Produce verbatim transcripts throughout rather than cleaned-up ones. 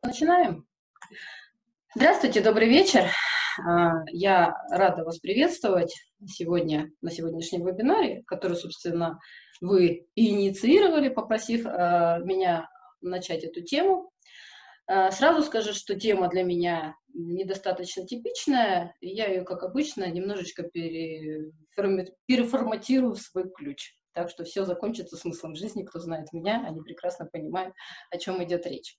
Начинаем. Здравствуйте, добрый вечер. Я рада вас приветствовать сегодня на сегодняшнем вебинаре, который, собственно, вы инициировали, попросив меня начать эту тему. Сразу скажу, что тема для меня недостаточно типичная, и я ее, как обычно, немножечко переформи... переформатирую в свой ключ. Так что все закончится смыслом жизни. Кто знает меня, они прекрасно понимают, о чем идет речь.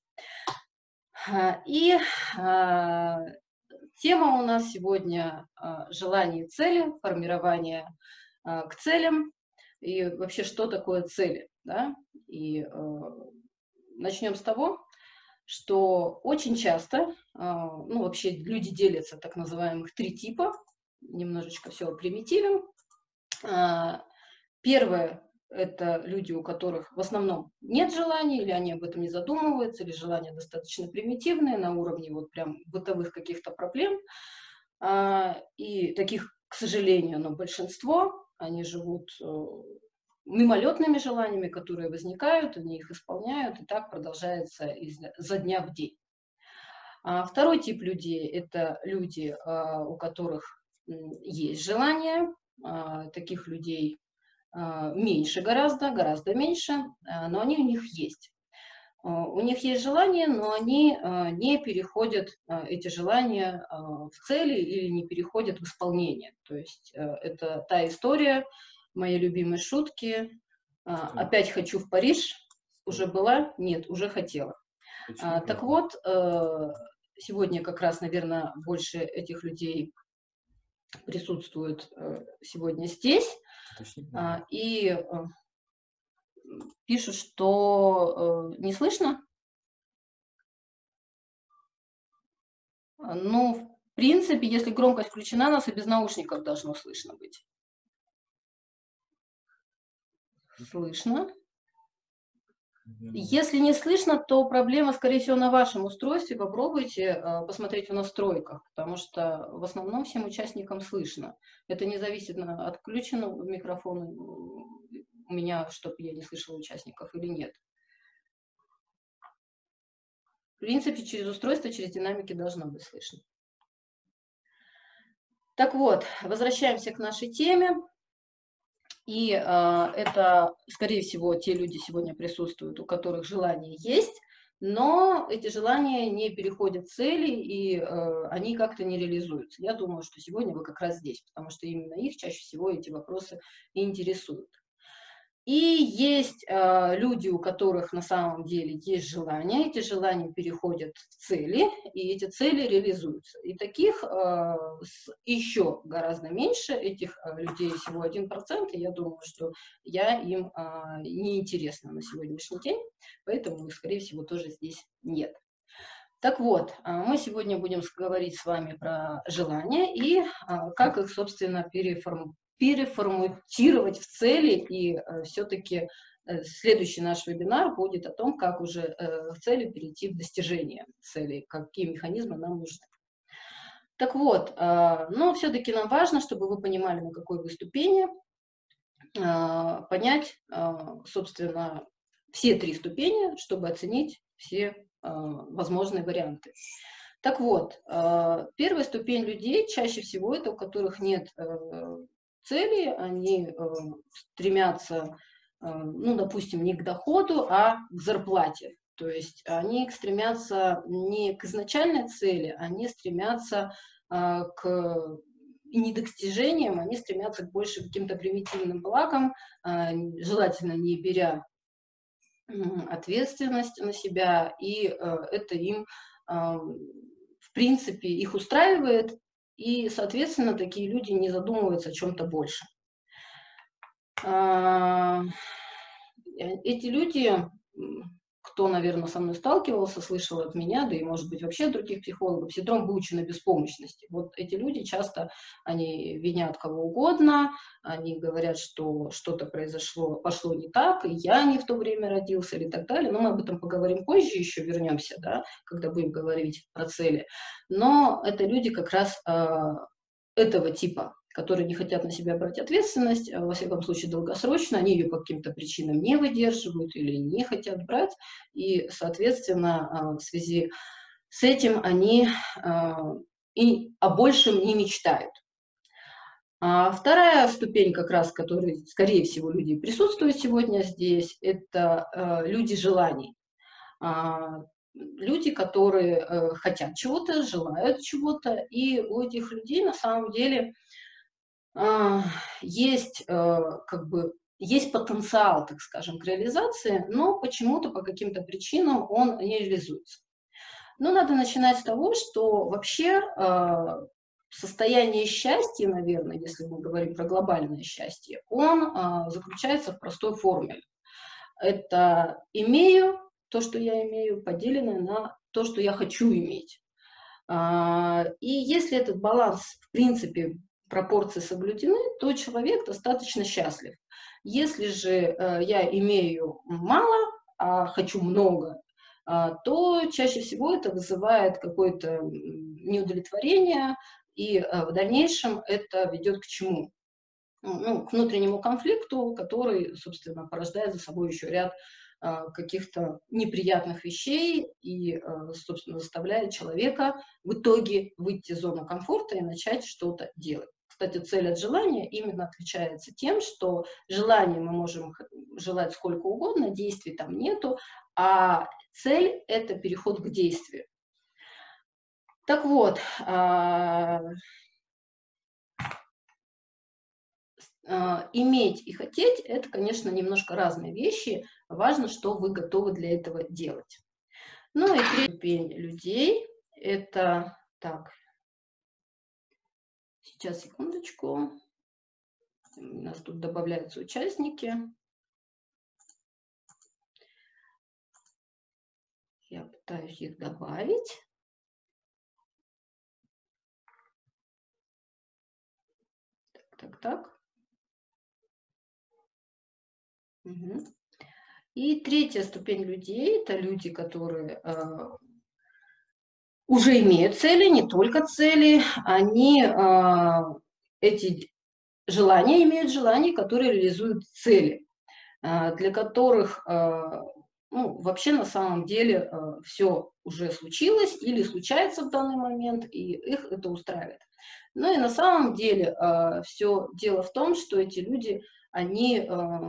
И а, тема у нас сегодня а, желания и цели, формирование а, к целям и вообще, что такое цели. Да? И а, начнем с того, что очень часто, а, ну вообще люди делятся так называемых три типа, немножечко все примитивим. А, первое. Это люди, у которых в основном нет желания, или они об этом не задумываются, или желания достаточно примитивные, на уровне вот прям бытовых каких-то проблем. И таких, к сожалению, но большинство, они живут мимолетными желаниями, которые возникают, они их исполняют, и так продолжается изо дня в день. Второй тип людей – это люди, у которых есть желание, таких людей меньше гораздо, гораздо меньше, но они у них есть. У них есть желания, но они не переходят, эти желания, в цели или не переходят в исполнение. То есть это та история моей любимой шутки «Опять хочу в Париж», уже была? Нет, уже хотела. Почему? Так вот, сегодня как раз, наверное, больше этих людей присутствует сегодня здесь. И пишут, что не слышно. Ну, в принципе, если громкость включена, нас и без наушников должно слышно быть. Слышно. Если не слышно, то проблема, скорее всего, на вашем устройстве. Попробуйте посмотреть в настройках, потому что в основном всем участникам слышно. Это не зависит от включенного микрофона у меня, чтобы я не слышала участников или нет. В принципе, через устройство, через динамики должно быть слышно. Так вот, возвращаемся к нашей теме. И э, это, скорее всего, те люди сегодня присутствуют, у которых желания есть, но эти желания не переходят в цели, и э, они как-то не реализуются. Я думаю, что сегодня вы как раз здесь, потому что именно их чаще всего эти вопросы интересуют. И есть э, люди, у которых на самом деле есть желания, эти желания переходят в цели, и эти цели реализуются. И таких э, еще гораздо меньше, этих э, людей всего один процент, и я думаю, что я им э, не интересна на сегодняшний день, поэтому их, скорее всего, тоже здесь нет. Так вот, мы сегодня будем говорить с вами про желания и э, как их, собственно, переформировать. переформатировать в цели, и э, все-таки э, следующий наш вебинар будет о том, как уже э, в цели перейти в достижение цели, какие механизмы нам нужны. Так вот, э, но все-таки нам важно, чтобы вы понимали, на какой вы ступени, э, понять, э, собственно, все три ступени, чтобы оценить все э, возможные варианты. Так вот, э, первая ступень людей чаще всего это, у которых нет э, цели, они э, стремятся, э, ну, допустим, не к доходу, а к зарплате. То есть они стремятся не к изначальной цели, они стремятся э, к не достижениям, они стремятся к больше каким-то примитивным благам, э, желательно не беря э, ответственность на себя, и э, это им, э, в принципе, их устраивает. И, соответственно, такие люди не задумываются о чем-то больше. Эти люди, кто, наверное, со мной сталкивался, слышал от меня, да и, может быть, вообще от других психологов, синдром выученной беспомощности. Вот эти люди часто, они винят кого угодно, они говорят, что что-то произошло, пошло не так, и я не в то время родился или так далее. Но мы об этом поговорим позже, еще вернемся, да, когда будем говорить про цели. Но это люди как раз э, этого типа, которые не хотят на себя брать ответственность, во всяком случае долгосрочно, они ее по каким-то причинам не выдерживают или не хотят брать, и, соответственно, в связи с этим они и о большем не мечтают. А вторая ступень, как раз, которой, скорее всего, люди присутствуют сегодня здесь, это э, люди желаний. А, люди, которые э, хотят чего-то, желают чего-то, и у этих людей на самом деле э, есть, э, как бы, есть потенциал, так скажем, к реализации, но почему-то по каким-то причинам он не реализуется. Но надо начинать с того, что вообще э, состояние счастья, наверное, если мы говорим про глобальное счастье, он э, заключается в простой формуле. Это имею то, что я имею, поделенное на то, что я хочу иметь. А, и если этот баланс, в принципе, пропорции соблюдены, то человек достаточно счастлив. Если же э, я имею мало, а хочу много, а, то чаще всего это вызывает какое-то неудовлетворение, и а, в дальнейшем это ведет к чему? Ну, к внутреннему конфликту, который, собственно, порождает за собой еще ряд а, каких-то неприятных вещей и, а, собственно, заставляет человека в итоге выйти из зоны комфорта и начать что-то делать. Кстати, цель от желания именно отличается тем, что желание мы можем желать сколько угодно, действий там нету, а цель – это переход к действию. Так вот, а, а, иметь и хотеть – это, конечно, немножко разные вещи. Важно, что вы готовы для этого делать. Ну и третья ступень людей – это… Так, сейчас, секундочку. У нас тут добавляются участники. Я пытаюсь их добавить. Так, так, так. Угу. И третья ступень людей – это люди, которые э, уже имеют цели, не только цели. Они э, эти желания имеют желания, которые реализуют цели, э, для которых э, ну, вообще на самом деле э, все уже случилось или случается в данный момент, и их это устраивает. Ну и на самом деле э, все дело в том, что эти люди, они э,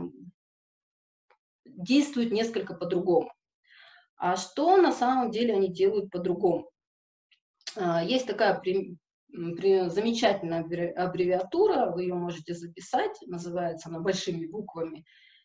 действуют несколько по-другому. А что на самом деле они делают по-другому? Есть такая при, при, замечательная аббревиатура, вы ее можете записать, называется она большими буквами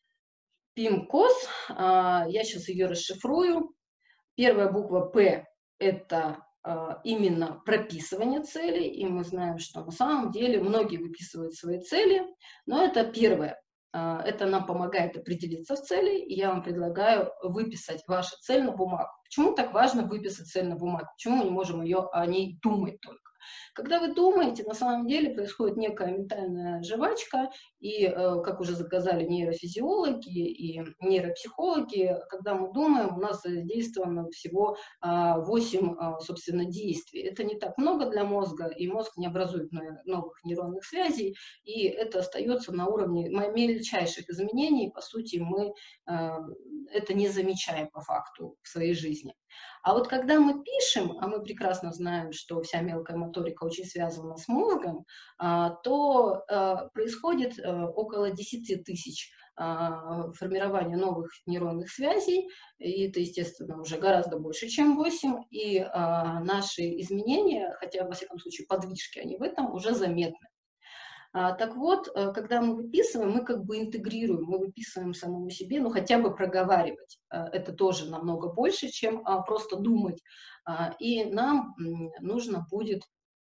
пимкос. Я сейчас ее расшифрую. Первая буква П – это именно прописывание целей, и мы знаем, что на самом деле многие выписывают свои цели, но это первое. Это нам помогает определиться в цели, и я вам предлагаю выписать вашу цель на бумагу. Почему так важно выписать цель на бумагу? Почему мы не можем ее, о ней думать только? Когда вы думаете, на самом деле происходит некая ментальная жвачка, и, как уже заказали нейрофизиологи и нейропсихологи, когда мы думаем, у нас задействовано всего восемь, собственно, действий. Это не так много для мозга, и мозг не образует новых нейронных связей, и это остается на уровне мельчайших изменений. По сути, мы это не замечаем по факту в своей жизни. А вот когда мы пишем, а мы прекрасно знаем, что вся мелкая моторика очень связана с мозгом, то происходит около десяти тысяч формирования новых нейронных связей, и это, естественно, уже гораздо больше, чем восемь, и наши изменения, хотя, во всяком случае, подвижки, они в этом уже заметны. Так вот, когда мы выписываем, мы как бы интегрируем, мы выписываем самому себе, ну хотя бы проговаривать. Это тоже намного больше, чем просто думать. И нам нужно будет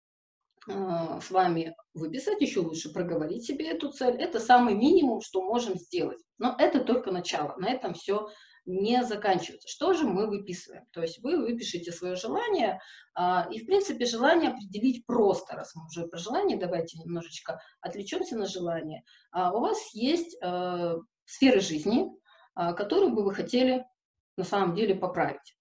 с вами выписать, еще лучше проговорить себе эту цель. Это самый минимум, что можем сделать. Но это только начало, на этом все не заканчивается. Что же мы выписываем? То есть вы выпишите свое желание, и, в принципе, желание определить просто. Раз мы уже про желание, давайте немножечко отвлечемся на желание. У вас есть сферы жизни, которые бы вы хотели на самом деле поправить.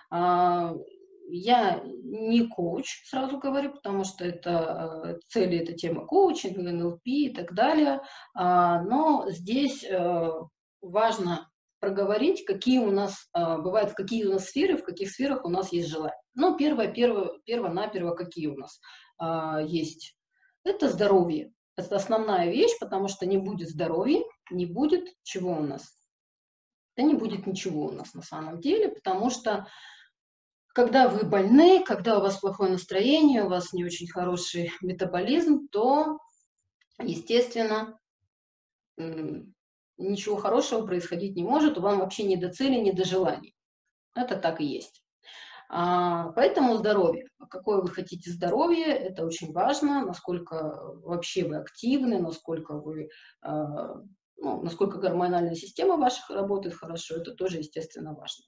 Я не коуч, сразу говорю, потому что это цели, это тема коучинга, эн эл пи и так далее. Но здесь важно проговорить, какие у нас а, бывают, в какие у нас сферы, в каких сферах у нас есть желание. Ну, первое, первое, перво-наперво, какие у нас а, есть. Это здоровье. Это основная вещь, потому что не будет здоровья, не будет чего у нас. Да не будет ничего у нас на самом деле, потому что когда вы больны, когда у вас плохое настроение, у вас не очень хороший метаболизм, то, естественно, ничего хорошего происходить не может, вам вообще не до цели, не до желаний. Это так и есть. А, поэтому здоровье. Какое вы хотите здоровье, это очень важно, насколько вообще вы активны, насколько вы, а, ну, насколько гормональная система ваша работает хорошо, это тоже, естественно, важно.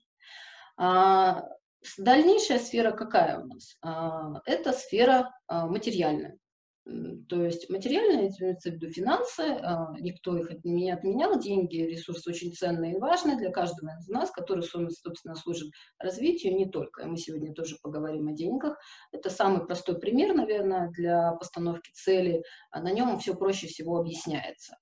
А, дальнейшая сфера какая у нас? А, это сфера а, материальная. То есть материальные, имеется в виду финансы, никто их не отменял, деньги, ресурсы очень ценные и важные для каждого из нас, который, собственно, служит развитию, не только. И мы сегодня тоже поговорим о деньгах. Это самый простой пример, наверное, для постановки цели. На нем все проще всего объясняется.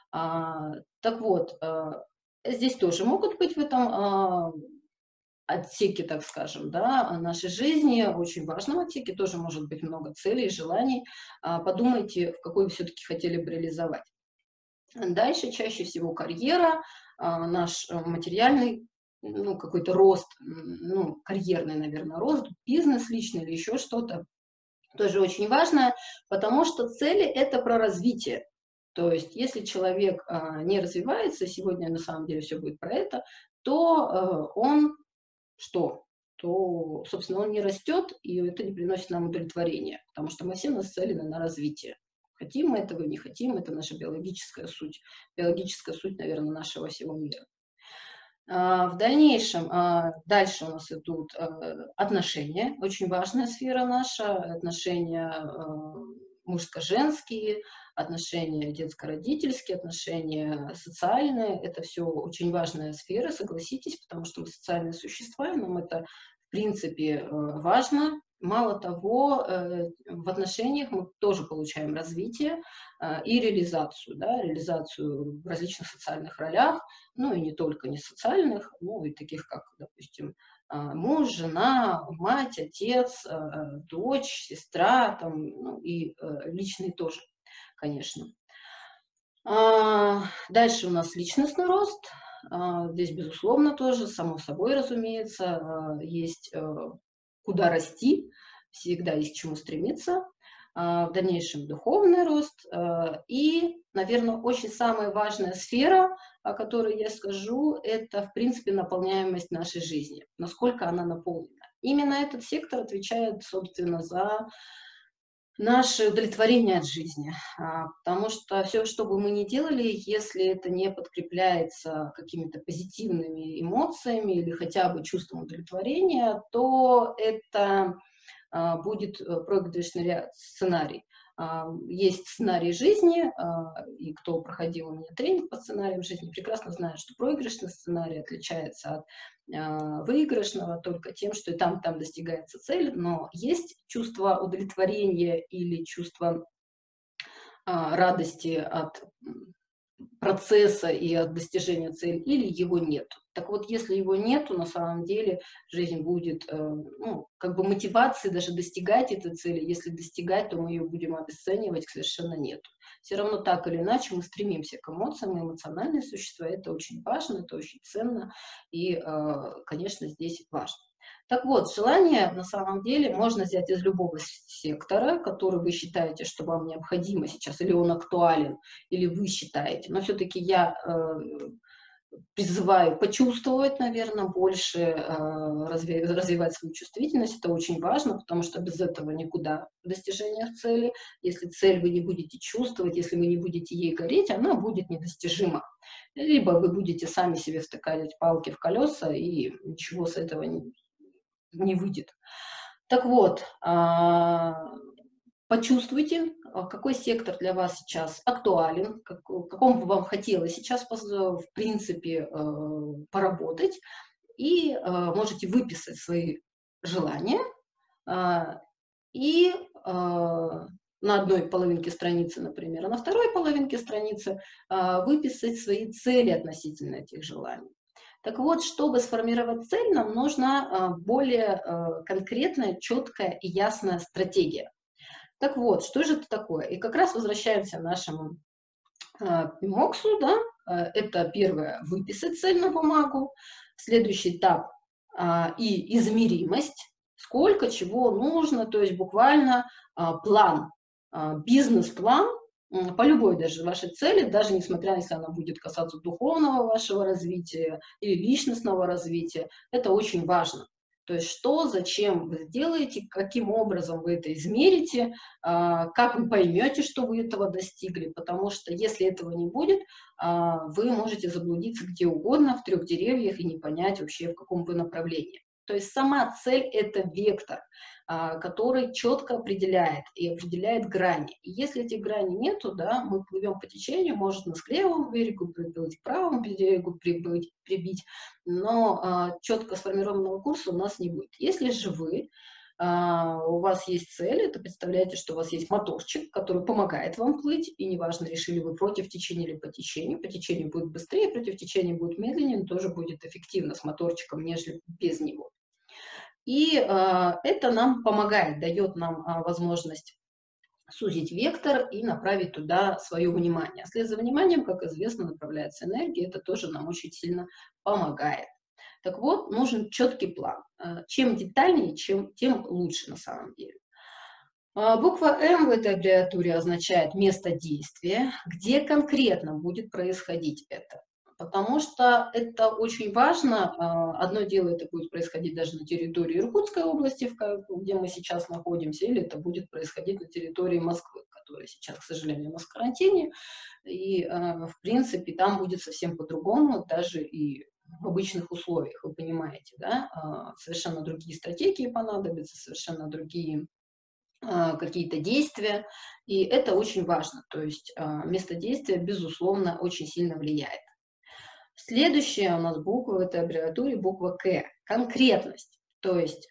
Так вот, здесь тоже могут быть в этом отсеке, так скажем, да, нашей жизни, очень важном отсеке, тоже может быть много целей, желаний. Подумайте, в какой вы все-таки хотели бы реализовать. Дальше чаще всего карьера, наш материальный, ну, какой-то рост, ну, карьерный, наверное, рост, бизнес личный или еще что-то. Тоже очень важно, потому что цели – это про развитие. То есть, если человек не развивается, сегодня на самом деле все будет про это, то он что? То, собственно, он не растет, и это не приносит нам удовлетворения, потому что мы все нацелены на развитие. Хотим мы этого, не хотим, это наша биологическая суть, биологическая суть, наверное, нашего всего мира. В дальнейшем, дальше у нас идут отношения, очень важная сфера наша, отношения мужско-женские, отношения детско-родительские, отношения социальные. Это все очень важная сфера, согласитесь, потому что мы социальные существа, и нам это, в принципе, важно. Мало того, в отношениях мы тоже получаем развитие и реализацию, да, реализацию в различных социальных ролях, ну и не только не социальных, ну и таких как, допустим, муж, жена, мать, отец, дочь, сестра, там, ну, и личный тоже, конечно. Дальше у нас личностный рост. Здесь, безусловно, тоже, само собой, разумеется, есть куда расти, всегда есть к чему стремиться. В дальнейшем духовный рост. И, наверное, очень самая важная сфера, о которой я скажу, это, в принципе, наполняемость нашей жизни, насколько она наполнена. Именно этот сектор отвечает, собственно, за наше удовлетворение от жизни, потому что все, что бы мы ни делали, если это не подкрепляется какими-то позитивными эмоциями или хотя бы чувством удовлетворения, то это будет проигрышный сценарий. Есть сценарий жизни, и кто проходил у меня тренинг по сценариям жизни, прекрасно знает, что проигрышный сценарий отличается от выигрышного только тем, что и там, и там достигается цель, но есть чувство удовлетворения или чувство радости от процесса и от достижения цели, или его нет. Так вот, если его нету, на самом деле жизнь будет, ну, как бы мотивации даже достигать этой цели. Если достигать, то мы ее будем обесценивать, совершенно нету. Все равно так или иначе мы стремимся к эмоциям, мы эмоциональные существа, это очень важно, это очень ценно, и, конечно, здесь важно. Так вот, желание на самом деле можно взять из любого сектора, который вы считаете, что вам необходимо сейчас, или он актуален, или вы считаете. Но все-таки я э, призываю почувствовать, наверное, больше, э, разви развивать свою чувствительность. Это очень важно, потому что без этого никуда в достижениях цели. Если цель вы не будете чувствовать, если вы не будете ей гореть, она будет недостижима. Либо вы будете сами себе втыкать палки в колеса, и ничего с этого не не выйдет. Так вот, почувствуйте, какой сектор для вас сейчас актуален, как, каком бы вам хотелось сейчас, в принципе, поработать, и можете выписать свои желания, и на одной половинке страницы, например, а на второй половинке страницы выписать свои цели относительно этих желаний. Так вот, чтобы сформировать цель, нам нужна более конкретная, четкая и ясная стратегия. Так вот, что же это такое? И как раз возвращаемся к нашему пимоксу, да, это первое, выписать цель на бумагу, следующий этап и измеримость, сколько чего нужно, то есть буквально план, бизнес-план по любой даже вашей цели, даже несмотря, если она будет касаться духовного вашего развития или личностного развития, это очень важно. То есть что, зачем вы сделаете, каким образом вы это измерите, как вы поймете, что вы этого достигли, потому что если этого не будет, вы можете заблудиться где угодно, в трех деревьях и не понять вообще, в каком вы направлении. То есть сама цель – это вектор, который четко определяет и определяет грани. И если этих граней нету, да, мы плывем по течению, может нас к левому берегу прибыть, к правому берегу прибыть, прибить, но четко сформированного курса у нас не будет. Если же вы, у вас есть цель, это представляете, что у вас есть моторчик, который помогает вам плыть, и неважно, решили вы против течения или по течению, по течению будет быстрее, против течения будет медленнее, но тоже будет эффективно с моторчиком, нежели без него. И э, это нам помогает, дает нам э, возможность сузить вектор и направить туда свое внимание. А вслед за вниманием, как известно, направляется энергия, это тоже нам очень сильно помогает. Так вот, нужен четкий план. Чем детальнее, чем, тем лучше на самом деле. Буква М в этой аббревиатуре означает место действия, где конкретно будет происходить это. Потому что это очень важно. Одно дело, это будет происходить даже на территории Иркутской области, где мы сейчас находимся, или это будет происходить на территории Москвы, которая сейчас, к сожалению, у нас в карантине. И, в принципе, там будет совсем по-другому, даже и в обычных условиях, вы понимаете, да, совершенно другие стратегии понадобятся, совершенно другие какие-то действия, и это очень важно, то есть место действия, безусловно, очень сильно влияет. Следующая у нас буква в этой аббревиатуре, буква К, конкретность, то есть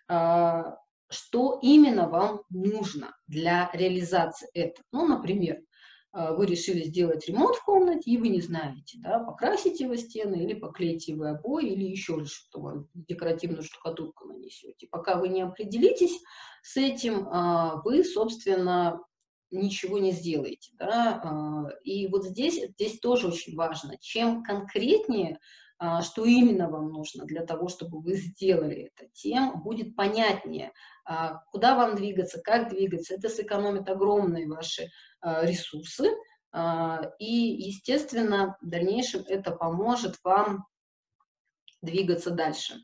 что именно вам нужно для реализации этого. Ну, например, вы решили сделать ремонт в комнате, и вы не знаете, да, покрасите вы стены, или поклеите вы обои, или еще что-то, декоративную штукатурку нанесете. Пока вы не определитесь с этим, вы, собственно, ничего не сделаете. Да? И вот здесь, здесь тоже очень важно. Чем конкретнее, что именно вам нужно для того, чтобы вы сделали это, тем будет понятнее, куда вам двигаться, как двигаться. Это сэкономит огромные ваши ресурсы, и, естественно, в дальнейшем это поможет вам двигаться дальше.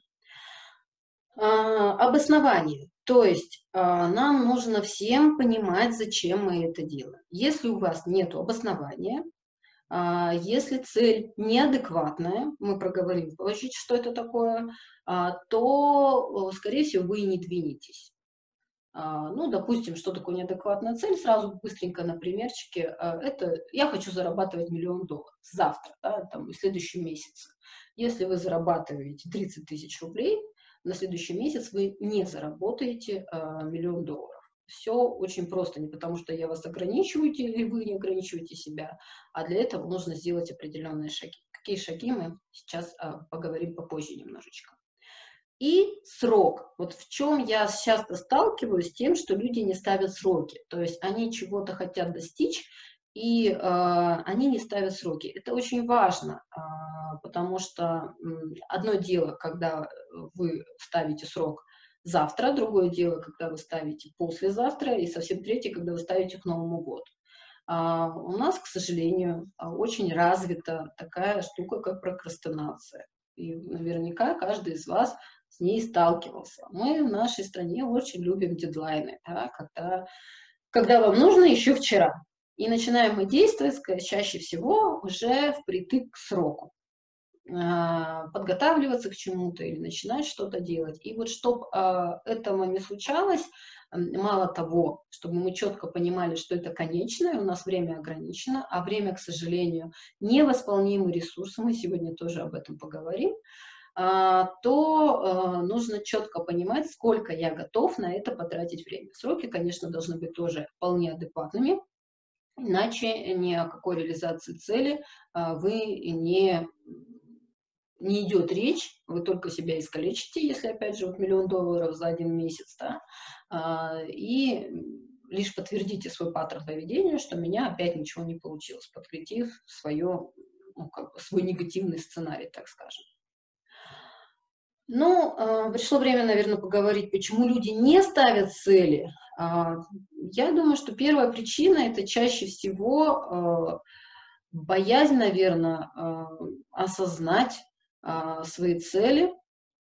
Обоснование. То есть нам нужно всем понимать, зачем мы это делаем. Если у вас нет обоснования, если цель неадекватная, мы проговорим позже, что это такое, то, скорее всего, вы и не двинетесь. Ну, допустим, что такое неадекватная цель, сразу быстренько на примерчике. Это я хочу зарабатывать миллион долларов завтра, да, там, в следующем месяце. Если вы зарабатываете тридцать тысяч рублей, на следующий месяц вы не заработаете миллион долларов. Все очень просто, не потому что я вас ограничиваю, или вы не ограничиваете себя, а для этого нужно сделать определенные шаги. Какие шаги мы сейчас поговорим попозже немножечко. И срок. Вот в чем я часто сталкиваюсь с тем, что люди не ставят сроки. То есть они чего-то хотят достичь, и э, они не ставят сроки. Это очень важно, э, потому что э, одно дело, когда вы ставите срок завтра, другое дело, когда вы ставите послезавтра, и совсем третье, когда вы ставите к Новому году. А у нас, к сожалению, очень развита такая штука, как прокрастинация. И наверняка каждый из вас с ней сталкивался. Мы в нашей стране очень любим дедлайны, да, когда, когда вам нужно еще вчера. И начинаем мы действовать чаще всего уже впритык к сроку. Подготавливаться к чему-то или начинать что-то делать. И вот чтобы этого не случалось, мало того, чтобы мы четко понимали, что это конечное, у нас время ограничено, а время, к сожалению, невосполнимый ресурс, мы сегодня тоже об этом поговорим, то нужно четко понимать, сколько я готов на это потратить время. Сроки, конечно, должны быть тоже вполне адекватными, иначе ни о какой реализации цели вы не, не идет речь, вы только себя искалечите, если, опять же, вот миллион долларов за один месяц, да, а, и лишь подтвердите свой паттерн поведения, что у меня опять ничего не получилось, подкрепив свое, ну, как бы свой негативный сценарий, так скажем. Ну, а, пришло время, наверное, поговорить, почему люди не ставят цели. А, Я думаю, что первая причина — это чаще всего а, боязнь, наверное, осознать а, свои цели.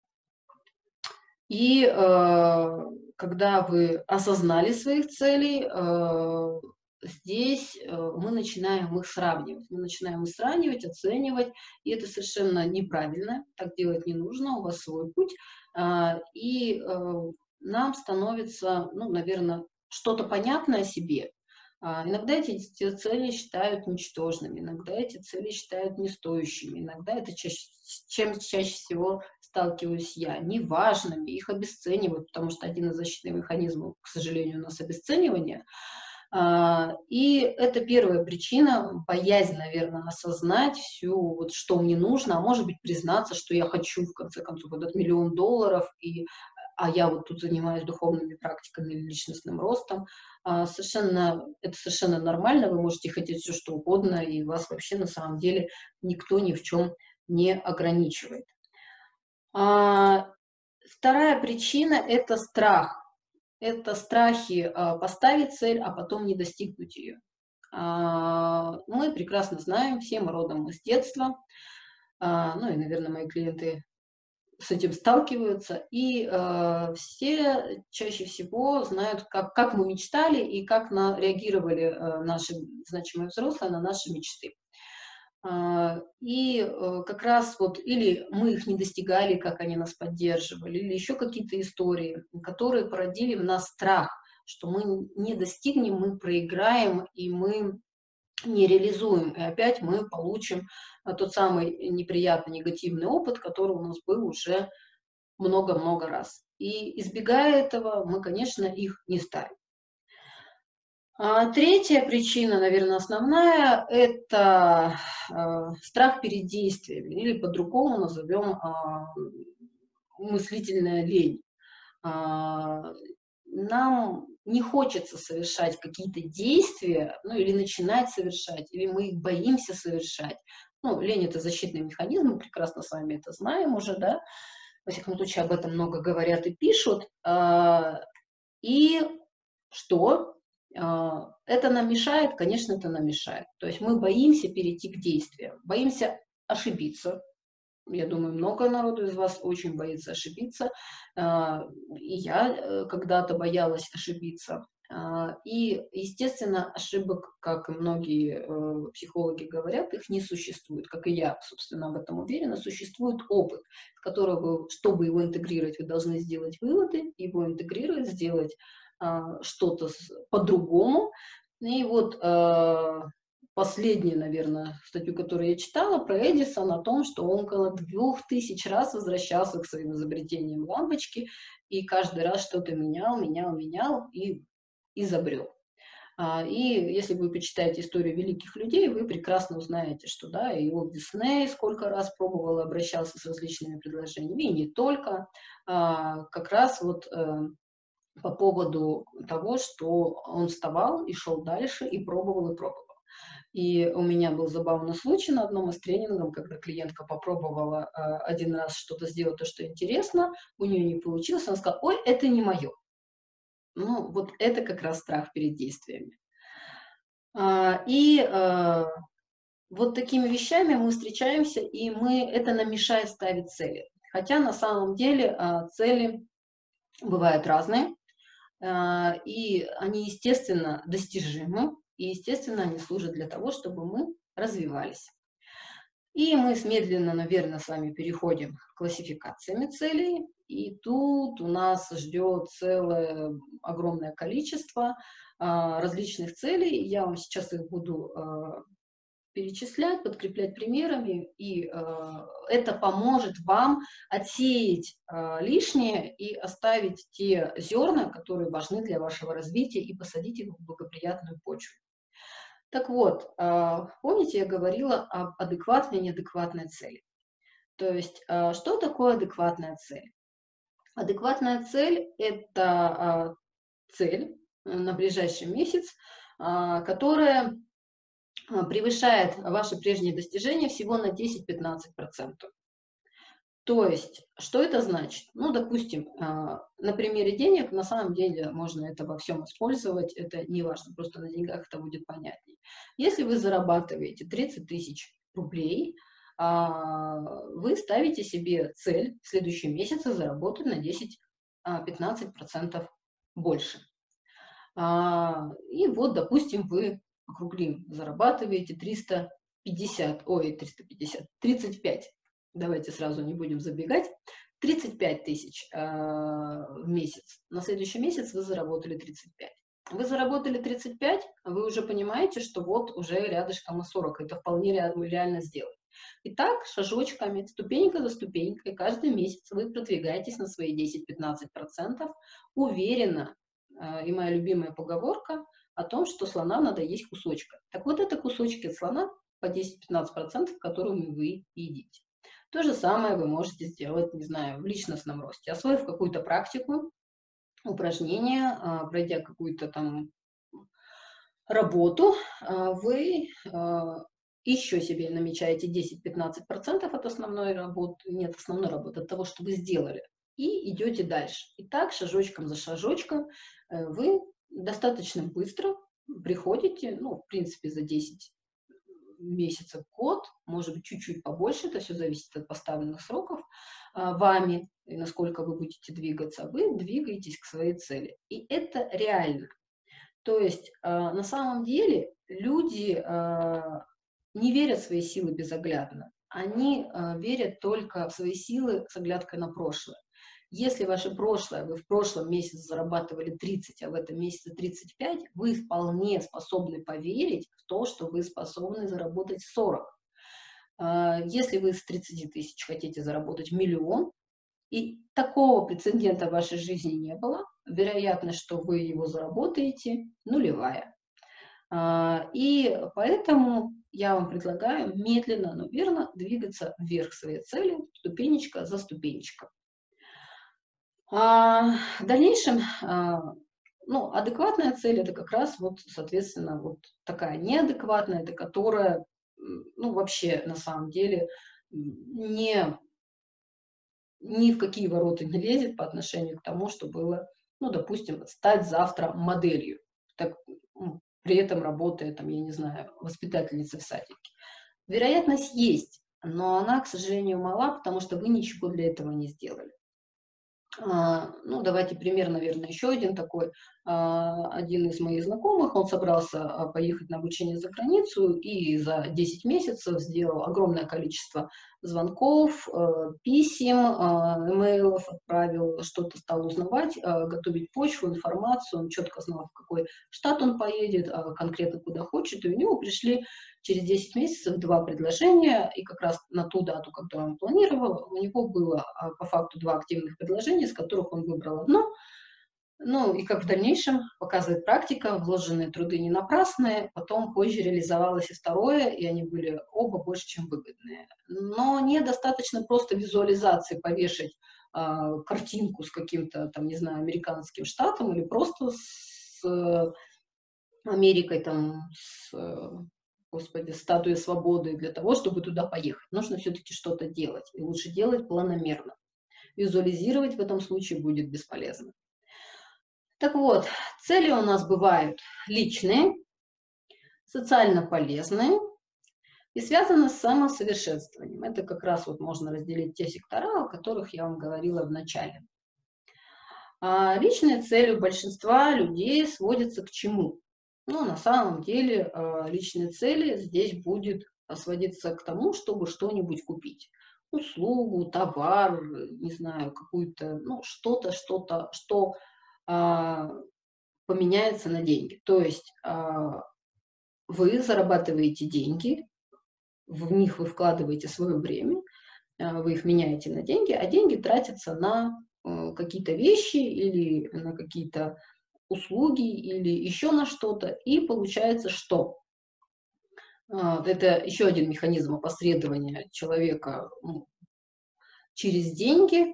И э, когда вы осознали своих целей, э, здесь э, мы начинаем их сравнивать. Мы начинаем их сравнивать, оценивать, и это совершенно неправильно. Так делать не нужно, у вас свой путь. А, и э, нам становится, ну, наверное, что-то понятное о себе. А, иногда эти, эти цели считают ничтожными, иногда эти цели считают нестоящими, иногда это чаще, с чем чаще всего сталкиваюсь я, неважными, их обесценивают, потому что один из защитных механизмов, к сожалению, у нас обесценивание. А, И это первая причина, боязнь, наверное, осознать всю, вот, что мне нужно, а может быть, признаться, что я хочу, в конце концов, этот миллион долларов, и, а я вот тут занимаюсь духовными практиками или личностным ростом. А, Совершенно, это совершенно нормально, вы можете хотеть все, что угодно, и вас вообще на самом деле никто ни в чем не ограничивает. А, Вторая причина — это страх. Это страхи а, поставить цель, а потом не достигнуть ее. А, Мы прекрасно знаем, все мы родом из детства, а, ну и, наверное, мои клиенты с этим сталкиваются, и э, все чаще всего знают, как, как мы мечтали и как на, реагировали э, наши значимые взрослые на наши мечты. А, И э, как раз вот или мы их не достигали, как они нас поддерживали, или еще какие-то истории, которые породили в нас страх, что мы не достигнем, мы проиграем, и мы не реализуем, и опять мы получим а, тот самый неприятный негативный опыт, который у нас был уже много-много раз. И избегая этого, мы, конечно, их не ставим. А третья причина, наверное, основная — это э, страх перед действиями, или по-другому назовем а, мыслительная лень. А, Нам не хочется совершать какие-то действия, ну или начинать совершать, или мы их боимся совершать. Ну, лень — это защитный механизм, мы прекрасно с вами это знаем уже, да, во всяком случае об этом много говорят и пишут. А, И что? А, Это нам мешает? Конечно, это нам мешает. То есть мы боимся перейти к действиям, боимся ошибиться. Я думаю, много народу из вас очень боится ошибиться. А, И я э, когда-то боялась ошибиться. А, И, естественно, ошибок, как и многие э, психологи говорят, их не существует. Как и я, собственно, в этом уверена. Существует опыт, в которого вы, чтобы его интегрировать, вы должны сделать выводы, его интегрировать, сделать а, что-то с- по-другому. И вот а, последнюю, наверное, статью, которую я читала, про Эдисона, о том, что он около двух тысяч раз возвращался к своим изобретениям лампочки и каждый раз что-то менял, менял, менял и изобрел. А, И если вы почитаете историю великих людей, вы прекрасно узнаете, что да, и Уолт Дисней сколько раз пробовал, обращался с различными предложениями, и не только, а, как раз вот э, по поводу того, что он вставал и шел дальше, и пробовал, и пробовал. И у меня был забавный случай на одном из тренингов, когда клиентка попробовала э, один раз что-то сделать, то, что интересно, у нее не получилось, она сказала: ой, это не мое. Ну, вот это как раз страх перед действиями. А, и э, вот такими вещами мы встречаемся, и мы, это нам мешает ставить цели. Хотя на самом деле э, цели бывают разные, э, и они, естественно, достижимы, и, естественно, они служат для того, чтобы мы развивались. И мы медленно, наверное, с вами переходим к классификациями целей. И тут у нас ждет целое огромное количество а, различных целей. Я вам сейчас их буду а, перечислять, подкреплять примерами. И а, это поможет вам отсеять а, лишнее и оставить те зерна, которые важны для вашего развития, и посадить их в благоприятную почву. Так вот, а, помните, я говорила об адекватной и неадекватной цели. То есть, а, что такое адекватная цель? Адекватная цель– это а, цель э, на ближайший месяц, а, которая а, превышает ваши прежние достижения всего на десять-пятнадцать процентов. То есть, что это значит? Ну, допустим, а, на примере денег, на самом деле можно это во всем использовать, это не важно, просто на деньгах это будет понятнее. Если вы зарабатываете тридцать тысяч рублей, а, вы ставите себе цель в следующем месяце заработать на десять-пятнадцать процентов больше. А, И вот, допустим, вы, округлим, зарабатываете триста пятьдесят, ой, триста пятьдесят, тридцать пять. Давайте сразу не будем забегать. тридцать пять тысяч а, в месяц. На следующий месяц вы заработали тридцать пять. Вы заработали тридцать пять, вы уже понимаете, что вот уже рядышком и сорок. Это вполне реально сделать. Итак, шажочками, ступенька за ступенькой, каждый месяц вы продвигаетесь на свои десять-пятнадцать процентов уверенно. И моя любимая поговорка о том, что слона надо есть кусочка. Так вот, это кусочки от слона по десять-пятнадцать процентов, которыми вы едите. То же самое вы можете сделать, не знаю, в личностном росте. Освоив какую-то практику, упражнение, пройдя какую-то там работу, вы еще себе намечаете десять-пятнадцать процентов от основной работы, нет, основной работы, от того, что вы сделали, и идете дальше. И так, шажочком за шажочком, вы достаточно быстро приходите, ну, в принципе, за десять месяцев, год, может быть, чуть-чуть побольше, это все зависит от поставленных сроков вами, и насколько вы будете двигаться, вы двигаетесь к своей цели. И это реально. То есть, на самом деле, люди не верят в свои силы безоглядно. Они э, верят только в свои силы с оглядкой на прошлое. Если ваше прошлое, вы в прошлом месяце зарабатывали тридцать, а в этом месяце тридцать пять, вы вполне способны поверить в то, что вы способны заработать сорок. Э, если вы с тридцати тысяч хотите заработать миллион, и такого прецедента в вашей жизни не было, вероятность, что вы его заработаете, нулевая. И поэтому я вам предлагаю медленно, но верно двигаться вверх своей цели, ступенечка за ступенечкой. В дальнейшем, ну, адекватная цель – это как раз вот, соответственно, вот такая неадекватная, это которая, ну, вообще, на самом деле, не, ни в какие ворота не лезет по отношению к тому, что было, ну, допустим, стать завтра моделью. Так, при этом работая, там, я не знаю, воспитательницей в садике. Вероятность есть, но она, к сожалению, мала, потому что вы ничего для этого не сделали. А, ну, давайте пример, наверное, еще один такой. А, один из моих знакомых, он собрался а, поехать на обучение за границу и за десять месяцев сделал огромное количество звонков, э, писем, э, имейлов отправил, что-то стал узнавать, э, готовить почву, информацию, он четко знал, в какой штат он поедет, э, конкретно куда хочет, и у него пришли через десять месяцев два предложения, и как раз на ту дату, которую он планировал, у него было э, по факту два активных предложения, из которых он выбрал одно. Ну, и как в дальнейшем показывает практика, вложенные труды не напрасные, потом позже реализовалось и второе, и они были оба больше, чем выгодные. Но недостаточно просто визуализации повешать э, картинку с каким-то, там, не знаю, американским штатом или просто с э, Америкой, там, с, э, господи, статуей свободы для того, чтобы туда поехать. Нужно все-таки что-то делать, и лучше делать планомерно. Визуализировать в этом случае будет бесполезно. Так вот, цели у нас бывают личные, социально полезные и связаны с самосовершенствованием. Это как раз вот можно разделить те сектора, о которых я вам говорила в начале. А личные цели у большинства людей сводятся к чему? Ну, на самом деле, личные цели здесь будет сводиться к тому, чтобы что-нибудь купить. Услугу, товар, не знаю, какую-то, ну, что-то, что-то, что... поменяется на деньги. То есть вы зарабатываете деньги, в них вы вкладываете свое время, вы их меняете на деньги, а деньги тратятся на какие-то вещи или на какие-то услуги или еще на что-то. И получается, что это еще один механизм опосредования человека, ну, через деньги.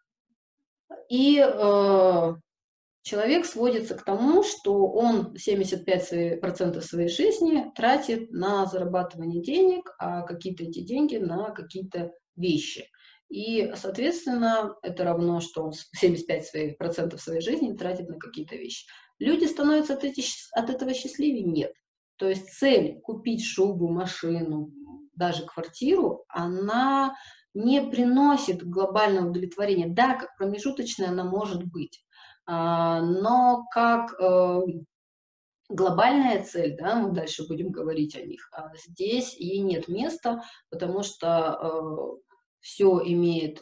И э, человек сводится к тому, что он семьдесят пять процентов своей жизни тратит на зарабатывание денег, а какие-то эти деньги на какие-то вещи. И, соответственно, это равно, что он семьдесят пять процентов своей жизни тратит на какие-то вещи. Люди становятся от, эти, от этого счастливее? Нет. То есть цель купить шубу, машину, даже квартиру, она не приносит глобального удовлетворения. Да, как промежуточная она может быть, но как глобальная цель, да, мы дальше будем говорить о них, а здесь ей нет места, потому что все имеет,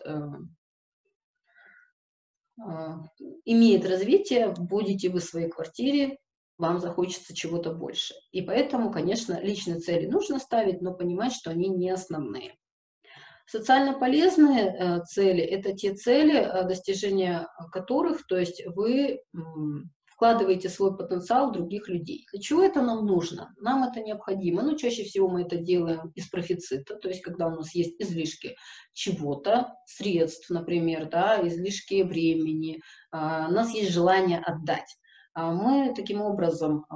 имеет развитие, будете вы в своей квартире, вам захочется чего-то больше. И поэтому, конечно, личные цели нужно ставить, но понимать, что они не основные. Социально полезные цели – это те цели, достижения которых, то есть вы вкладываете свой потенциал в других людей. Для чего это нам нужно? Нам это необходимо. Ну, чаще всего мы это делаем из профицита, то есть когда у нас есть излишки чего-то, средств, например, да, излишки времени, у нас есть желание отдать. Мы таким образом,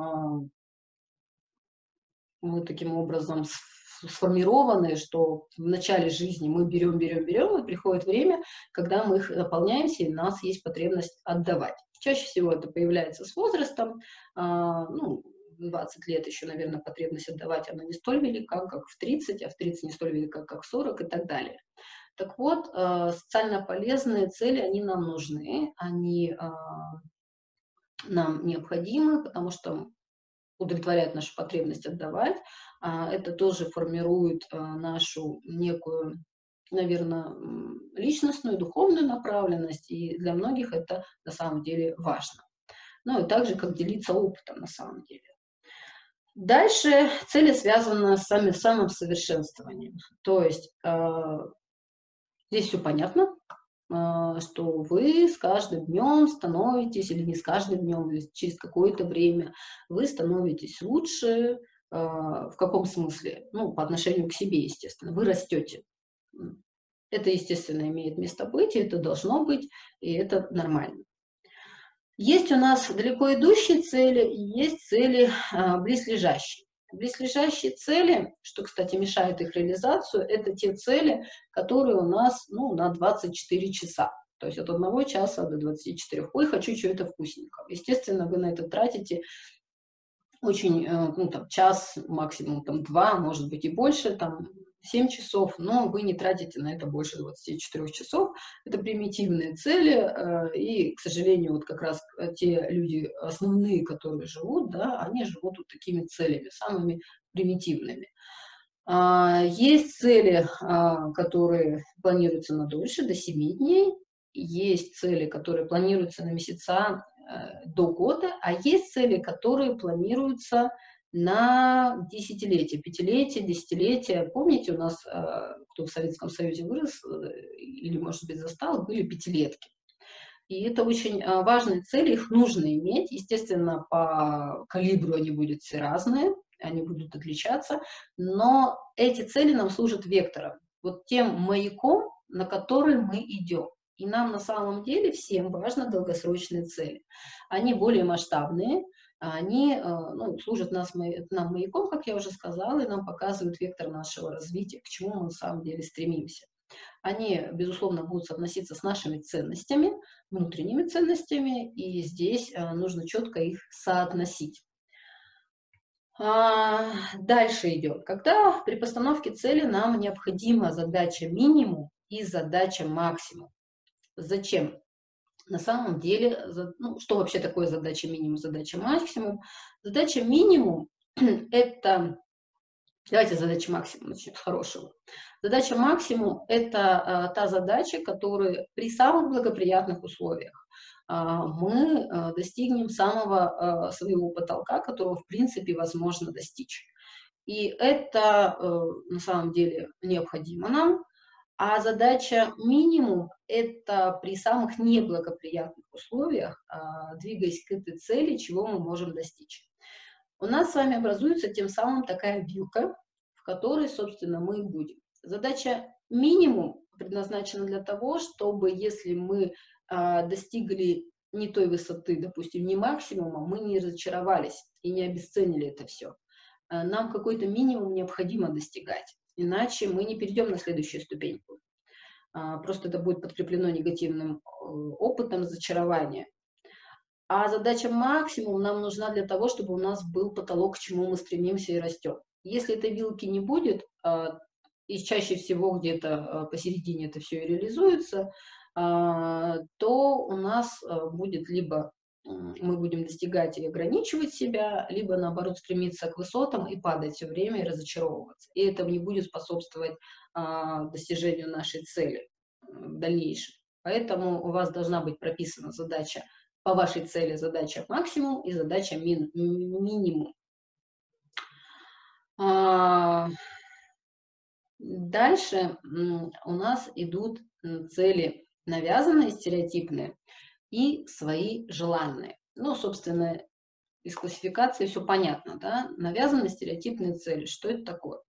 мы таким образом сформированы, что в начале жизни мы берем, берем, берем, и приходит время, когда мы их наполняемся, и у нас есть потребность отдавать. Чаще всего это появляется с возрастом, ну, в двадцать лет еще, наверное, потребность отдавать, она не столь велика, как в тридцать, а в тридцать не столь велика, как в сорок и так далее. Так вот, социально полезные цели, они нам нужны, они нам необходимы, потому что удовлетворяет нашу потребность отдавать. Это тоже формирует нашу некую, наверное, личностную, духовную направленность, и для многих это на самом деле важно. Ну и также, как делиться опытом на самом деле. Дальше цели связаны с самим самосовершенствованием. То есть здесь все понятно, что вы с каждым днем становитесь, или не с каждым днем, или через какое-то время вы становитесь лучше. В каком смысле? Ну, по отношению к себе, естественно. Вы растете. Это, естественно, имеет место быть, и это должно быть, и это нормально. Есть у нас далеко идущие цели, и есть цели близлежащие. Близлежащие цели, что, кстати, мешает их реализацию, это те цели, которые у нас, ну, на двадцать четыре часа. То есть от одного часа до двадцати четырёх. Ой, хочу чего-то вкусненького. Естественно, вы на это тратите очень, ну, там, час, максимум, там, два, может быть, и больше, там, семь часов, но вы не тратите на это больше двадцати четырёх часов. Это примитивные цели, и, к сожалению, вот как раз те люди основные, которые живут, да, они живут вот такими целями, самыми примитивными. Есть цели, которые планируются на дольше, до семи дней, есть цели, которые планируются на месяца, до года, а есть цели, которые планируются на десятилетия, пятилетия, десятилетия. Помните, у нас, кто в Советском Союзе вырос, или, может быть, застал, были пятилетки. И это очень важные цели, их нужно иметь. Естественно, по калибру они будут все разные, они будут отличаться, но эти цели нам служат вектором, вот тем маяком, на который мы идем. И нам на самом деле всем важны долгосрочные цели. Они более масштабные, они, ну, служат нас, нам маяком, как я уже сказала, и нам показывают вектор нашего развития, к чему мы на самом деле стремимся. Они, безусловно, будут соотноситься с нашими ценностями, внутренними ценностями, и здесь нужно четко их соотносить. Дальше идет. Когда при постановке цели нам необходима задача минимум и задача максимум. Зачем? На самом деле, ну, что вообще такое задача минимум, задача максимум? Задача минимум – это… Давайте задача максимум начнем с хорошего. Задача максимум – это та задача, которая при самых благоприятных условиях мы достигнем самого своего потолка, которого, в принципе, возможно достичь. И это, на самом деле, необходимо нам. А задача минимум – это при самых неблагоприятных условиях, двигаясь к этой цели, чего мы можем достичь. У нас с вами образуется тем самым такая вилка, в которой, собственно, мы и будем. Задача минимум предназначена для того, чтобы если мы а, достигли не той высоты, допустим, не максимума, мы не разочаровались и не обесценили это все. Нам какой-то минимум необходимо достигать, иначе мы не перейдем на следующую ступеньку. Просто это будет подкреплено негативным опытом разочарования. А задача максимум нам нужна для того, чтобы у нас был потолок, к чему мы стремимся и растем. Если этой вилки не будет, и чаще всего где-то посередине это все и реализуется, то у нас будет либо мы будем достигать и ограничивать себя, либо наоборот стремиться к высотам и падать все время и разочаровываться. И это не будет способствовать достижению нашей цели в дальнейшем. Поэтому у вас должна быть прописана задача по вашей цели, задача максимум и задача мин, минимум. Дальше у нас идут цели навязанные, стереотипные и свои желанные. Ну, собственно, из классификации все понятно, да? Навязанные, стереотипные цели. Что это такое?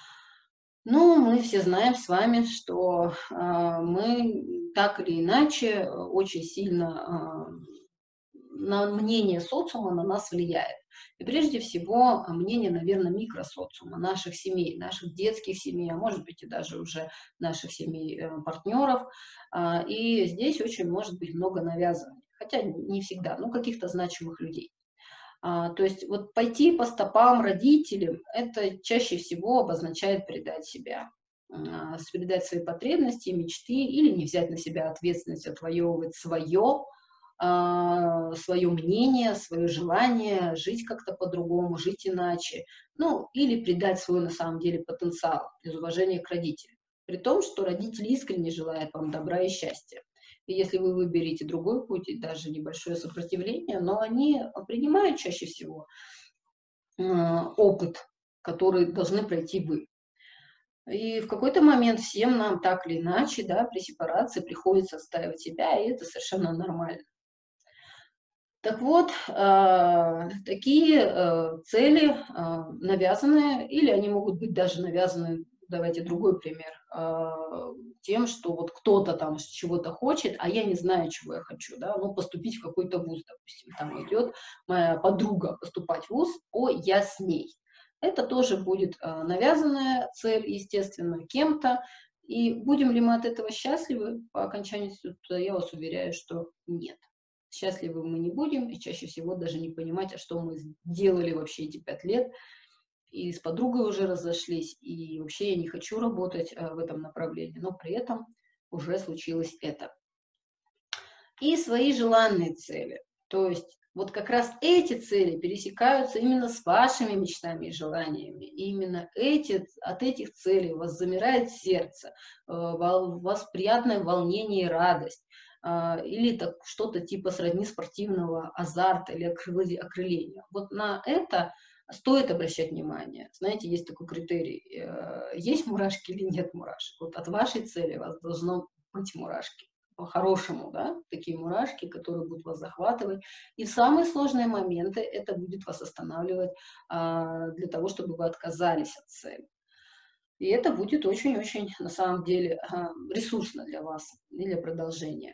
Ну, мы все знаем с вами, что э, мы так или иначе очень сильно э, на мнение социума на нас влияет. И прежде всего мнение, наверное, микросоциума, наших семей, наших детских семей, а может быть и даже уже наших семей э, партнеров. Э, и здесь очень может быть много навязываний, хотя не всегда, но каких-то значимых людей. А, то есть вот пойти по стопам родителям, это чаще всего обозначает предать себя, а, предать свои потребности, мечты или не взять на себя ответственность, отвоевывать свое, а, свое мнение, свое желание жить как-то по-другому, жить иначе, ну или предать свой на самом деле потенциал из уважения к родителям, при том, что родители искренне желают вам добра и счастья. И если вы выберете другой путь, и даже небольшое сопротивление, но они принимают чаще всего э, опыт, который должны пройти вы. И в какой-то момент всем нам так или иначе, да, при сепарации приходится отстаивать себя, и это совершенно нормально. Так вот, э, такие э, цели э, навязанные, или они могут быть даже навязаны, давайте другой пример, э, тем, что вот кто-то там чего-то хочет, а я не знаю, чего я хочу, да, ну, поступить в какой-то вуз, допустим, там идет моя подруга поступать в вуз, о, я с ней. Это тоже будет э, навязанная цель, естественно, кем-то, и будем ли мы от этого счастливы по окончанию института, я вас уверяю, что нет. Счастливы мы не будем, и чаще всего даже не понимать, а что мы делали вообще эти пять лет, и с подругой уже разошлись, и вообще я не хочу работать а, в этом направлении, но при этом уже случилось это. И свои желанные цели, то есть вот как раз эти цели пересекаются именно с вашими мечтами и желаниями. И именно эти, от этих целей у вас замирает сердце, у вас приятное волнение и радость. Или так, что-то типа сродни спортивного азарта или окрыления. Вот на это стоит обращать внимание. Знаете, есть такой критерий, есть мурашки или нет мурашек. Вот от вашей цели у вас должно быть мурашки. По-хорошему, да, такие мурашки, которые будут вас захватывать. И в самые сложные моменты это будет вас останавливать а, для того, чтобы вы отказались от цели. И это будет очень-очень, на самом деле, ресурсно для вас и для продолжения.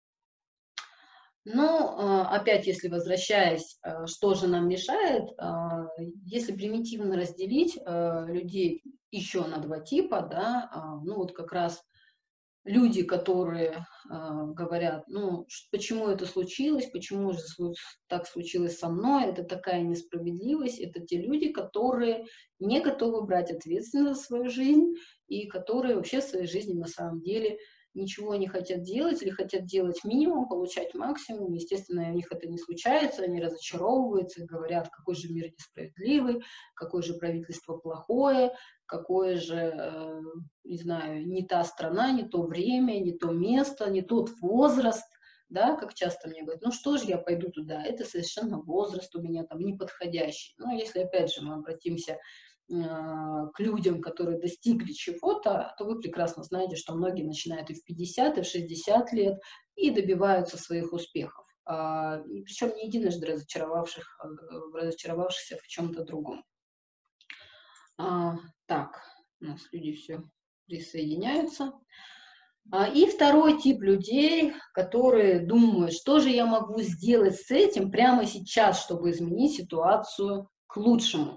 Но опять, если возвращаясь, что же нам мешает, если примитивно разделить людей еще на два типа, да, ну вот как раз люди, которые говорят, ну почему это случилось, почему же так случилось со мной, это такая несправедливость, это те люди, которые не готовы брать ответственность за свою жизнь и которые вообще в своей жизни на самом деле ничего не хотят делать или хотят делать минимум, получать максимум. Естественно, у них это не случается, они разочаровываются, говорят, какой же мир несправедливый, какое же правительство плохое, какое же, э, не знаю, не та страна, не то время, не то место, не тот возраст, да, как часто мне говорят, ну что же я пойду туда, это совершенно возраст у меня там неподходящий. Но если, опять же, мы обратимся к людям, которые достигли чего-то, то вы прекрасно знаете, что многие начинают и в пятьдесят, и в шестьдесят лет и добиваются своих успехов. Причем не единожды разочаровавших, разочаровавшихся в чем-то другом. Так, у нас люди все присоединяются. И второй тип людей, которые думают, что же я могу сделать с этим прямо сейчас, чтобы изменить ситуацию к лучшему.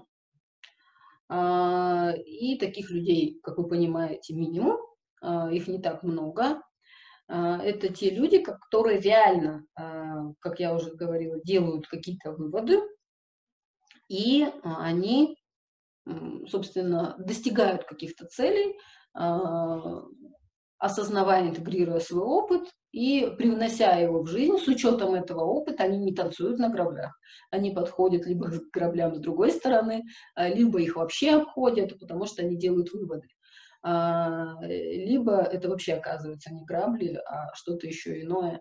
И таких людей, как вы понимаете, минимум, их не так много. Это те люди, которые реально, как я уже говорила, делают какие-то выводы, и они, собственно, достигают каких-то целей, осознавая, интегрируя свой опыт и привнося его в жизнь. С учетом этого опыта они не танцуют на граблях. Они подходят либо к граблям с другой стороны, либо их вообще обходят, потому что они делают выводы. Либо это вообще оказывается не грабли, а что-то еще иное.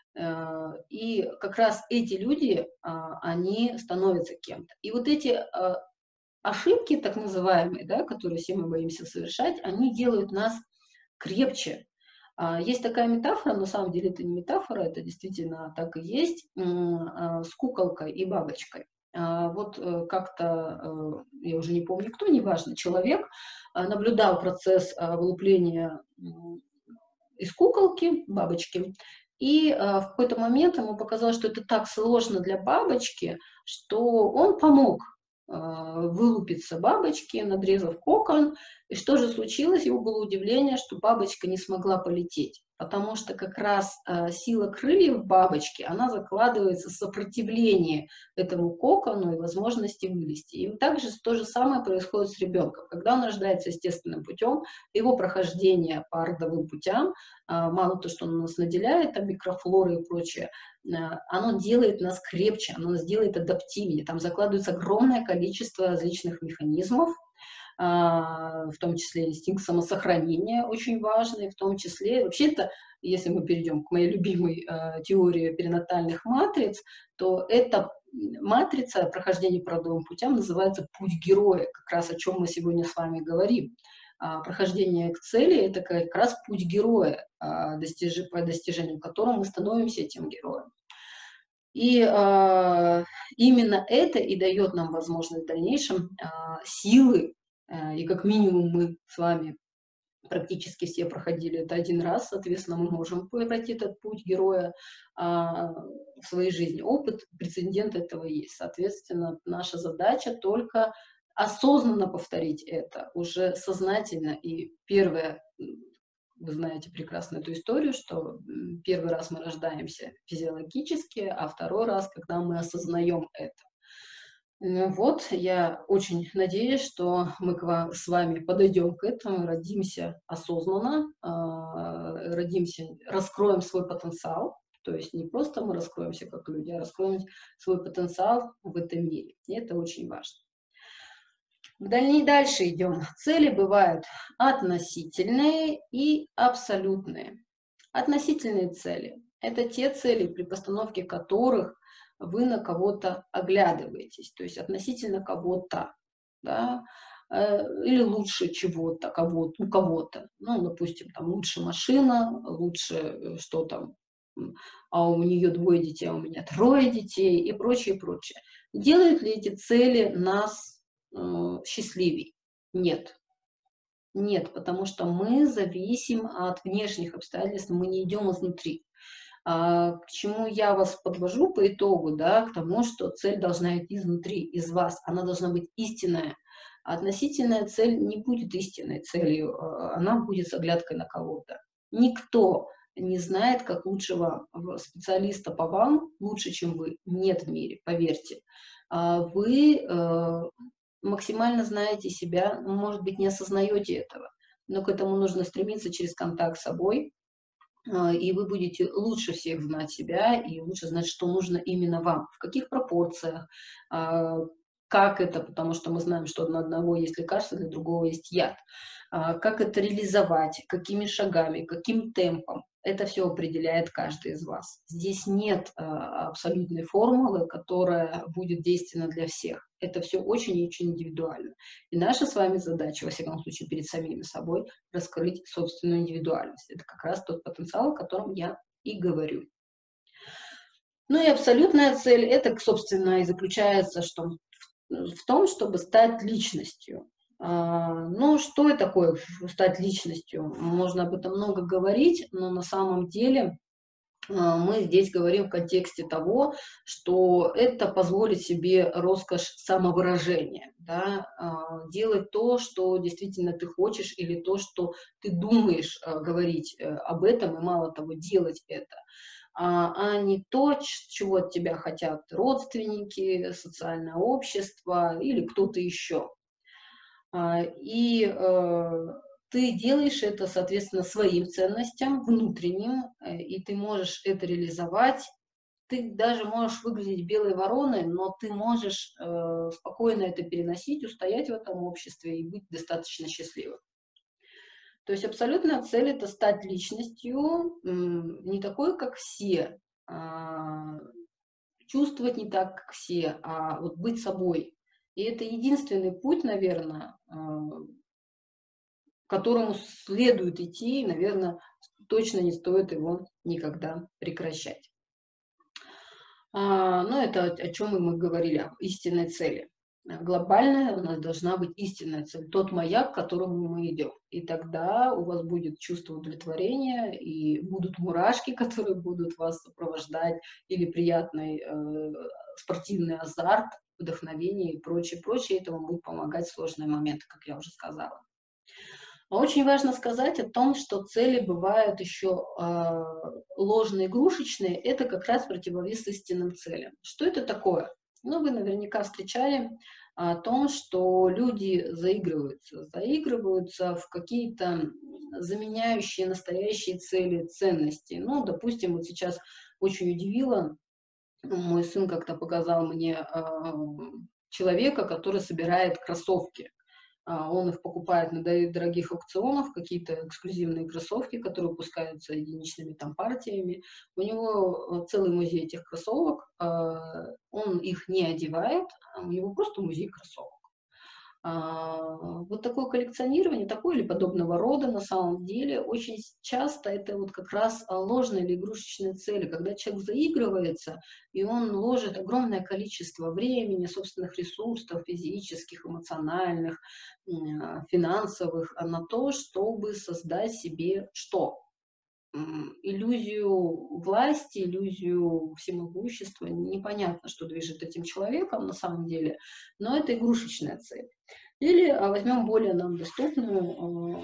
И как раз эти люди, они становятся кем-то. И вот эти ошибки, так называемые, да, которые все мы боимся совершать, они делают нас крепче. Есть такая метафора, на самом деле это не метафора, это действительно так и есть, с куколкой и бабочкой. Вот как-то, я уже не помню кто, неважно, человек наблюдал процесс вылупления из куколки, бабочки, и в какой-то момент ему показалось, что это так сложно для бабочки, что он помог вылупиться бабочке, надрезав кокон. И что же случилось? Его было удивление, что бабочка не смогла полететь, потому что как раз э, сила крыльев бабочки, она закладывается в сопротивление этому кокону и возможности вылезти. И также то же самое происходит с ребенком. Когда он рождается естественным путем, его прохождение по родовым путям, э, мало то, что он нас наделяет, там микрофлоры и прочее, оно делает нас крепче, оно нас делает адаптивнее. Там закладывается огромное количество различных механизмов, в том числе инстинкт самосохранения очень важный, в том числе, вообще-то, если мы перейдем к моей любимой теории перинатальных матриц, то эта матрица прохождения по родовым путям называется «Путь героя», как раз о чем мы сегодня с вами говорим. Прохождение к цели – это как раз путь героя, достиж... по достижению которого мы становимся этим героем. И э, именно это и дает нам возможность в дальнейшем э, силы, э, и как минимум мы с вами практически все проходили это один раз, соответственно, мы можем пройти этот путь героя э, в своей жизни. Опыт, прецедент этого есть. Соответственно, наша задача только осознанно повторить это, уже сознательно. И первое, вы знаете прекрасно эту историю, что первый раз мы рождаемся физиологически, а второй раз, когда мы осознаем это. Вот, я очень надеюсь, что мы к вам, с вами подойдем к этому, родимся осознанно, родимся, раскроем свой потенциал. То есть не просто мы раскроемся как люди, а раскроем свой потенциал в этом мире. И это очень важно. Дальше идем. Цели бывают относительные и абсолютные. Относительные цели – это те цели, при постановке которых вы на кого-то оглядываетесь, то есть относительно кого-то, да, или лучше чего-то, кого-то, у кого-то. Ну, допустим, там лучше машина, лучше что там, а у нее двое детей, а у меня трое детей и прочее, прочее. Делают ли эти цели нас счастливей? Нет. Нет, потому что мы зависим от внешних обстоятельств, мы не идем изнутри. А, к чему я вас подвожу по итогу, да, к тому, что цель должна идти изнутри, из вас, она должна быть истинная. А относительная цель не будет истинной целью, она будет с оглядкой на кого-то. Никто не знает, как лучше вам. Специалиста по вам лучше, чем вы, нет в мире, поверьте. Вы максимально знаете себя, может быть, не осознаете этого, но к этому нужно стремиться через контакт с собой, и вы будете лучше всех знать себя и лучше знать, что нужно именно вам, в каких пропорциях, как это, потому что мы знаем, что для одного есть лекарство, для другого есть яд, как это реализовать, какими шагами, каким темпом. Это все определяет каждый из вас. Здесь нет а, абсолютной формулы, которая будет действенна для всех. Это все очень и очень индивидуально. И наша с вами задача, во всяком случае, перед самими собой, раскрыть собственную индивидуальность. Это как раз тот потенциал, о котором я и говорю. Ну и абсолютная цель, это, собственно, и заключается что, в том, чтобы стать личностью. Ну, что это такое стать личностью? Можно об этом много говорить, но на самом деле мы здесь говорим в контексте того, что это позволит себе роскошь самовыражения, да, делать то, что действительно ты хочешь, или то, что ты думаешь говорить об этом, и мало того, делать это, а не то, чего от тебя хотят родственники, социальное общество или кто-то еще. И э, ты делаешь это, соответственно, своим ценностям, внутренним, и ты можешь это реализовать. Ты даже можешь выглядеть белой вороной, но ты можешь э, спокойно это переносить, устоять в этом обществе и быть достаточно счастливым. То есть абсолютная цель – это стать личностью, не такой, как все, а, чувствовать не так, как все, а вот быть собой. И это единственный путь, наверное, которому следует идти, и, наверное, точно не стоит его никогда прекращать. А, ну, это о, о чем мы говорили, о истинной цели. Глобальная у нас должна быть истинная цель, тот маяк, к которому мы идем. И тогда у вас будет чувство удовлетворения, и будут мурашки, которые будут вас сопровождать, или приятный э, спортивный азарт, вдохновение и прочее, прочее. Это вам будет помогать в сложные моменты, как я уже сказала. Очень важно сказать о том, что цели бывают еще э, ложные, игрушечные. Это как раз противовес истинным целям. Что это такое? Ну, вы наверняка встречали о том, что люди заигрываются. Заигрываются в какие-то заменяющие настоящие цели, ценности. Ну, допустим, вот сейчас очень удивило, мой сын как-то показал мне э, человека, который собирает кроссовки. Он их покупает на дорогих аукционах, какие-то эксклюзивные кроссовки, которые выпускаются единичными там партиями. У него целый музей этих кроссовок, он их не одевает, у него просто музей кроссовок. Вот такое коллекционирование, такое или подобного рода, на самом деле, очень часто это вот как раз ложные или игрушечные цели, когда человек заигрывается, и он ложит огромное количество времени, собственных ресурсов, физических, эмоциональных, финансовых, на то, чтобы создать себе что? Иллюзию власти, иллюзию всемогущества. Непонятно, что движет этим человеком на самом деле, но это игрушечная цель. Или возьмем более нам доступную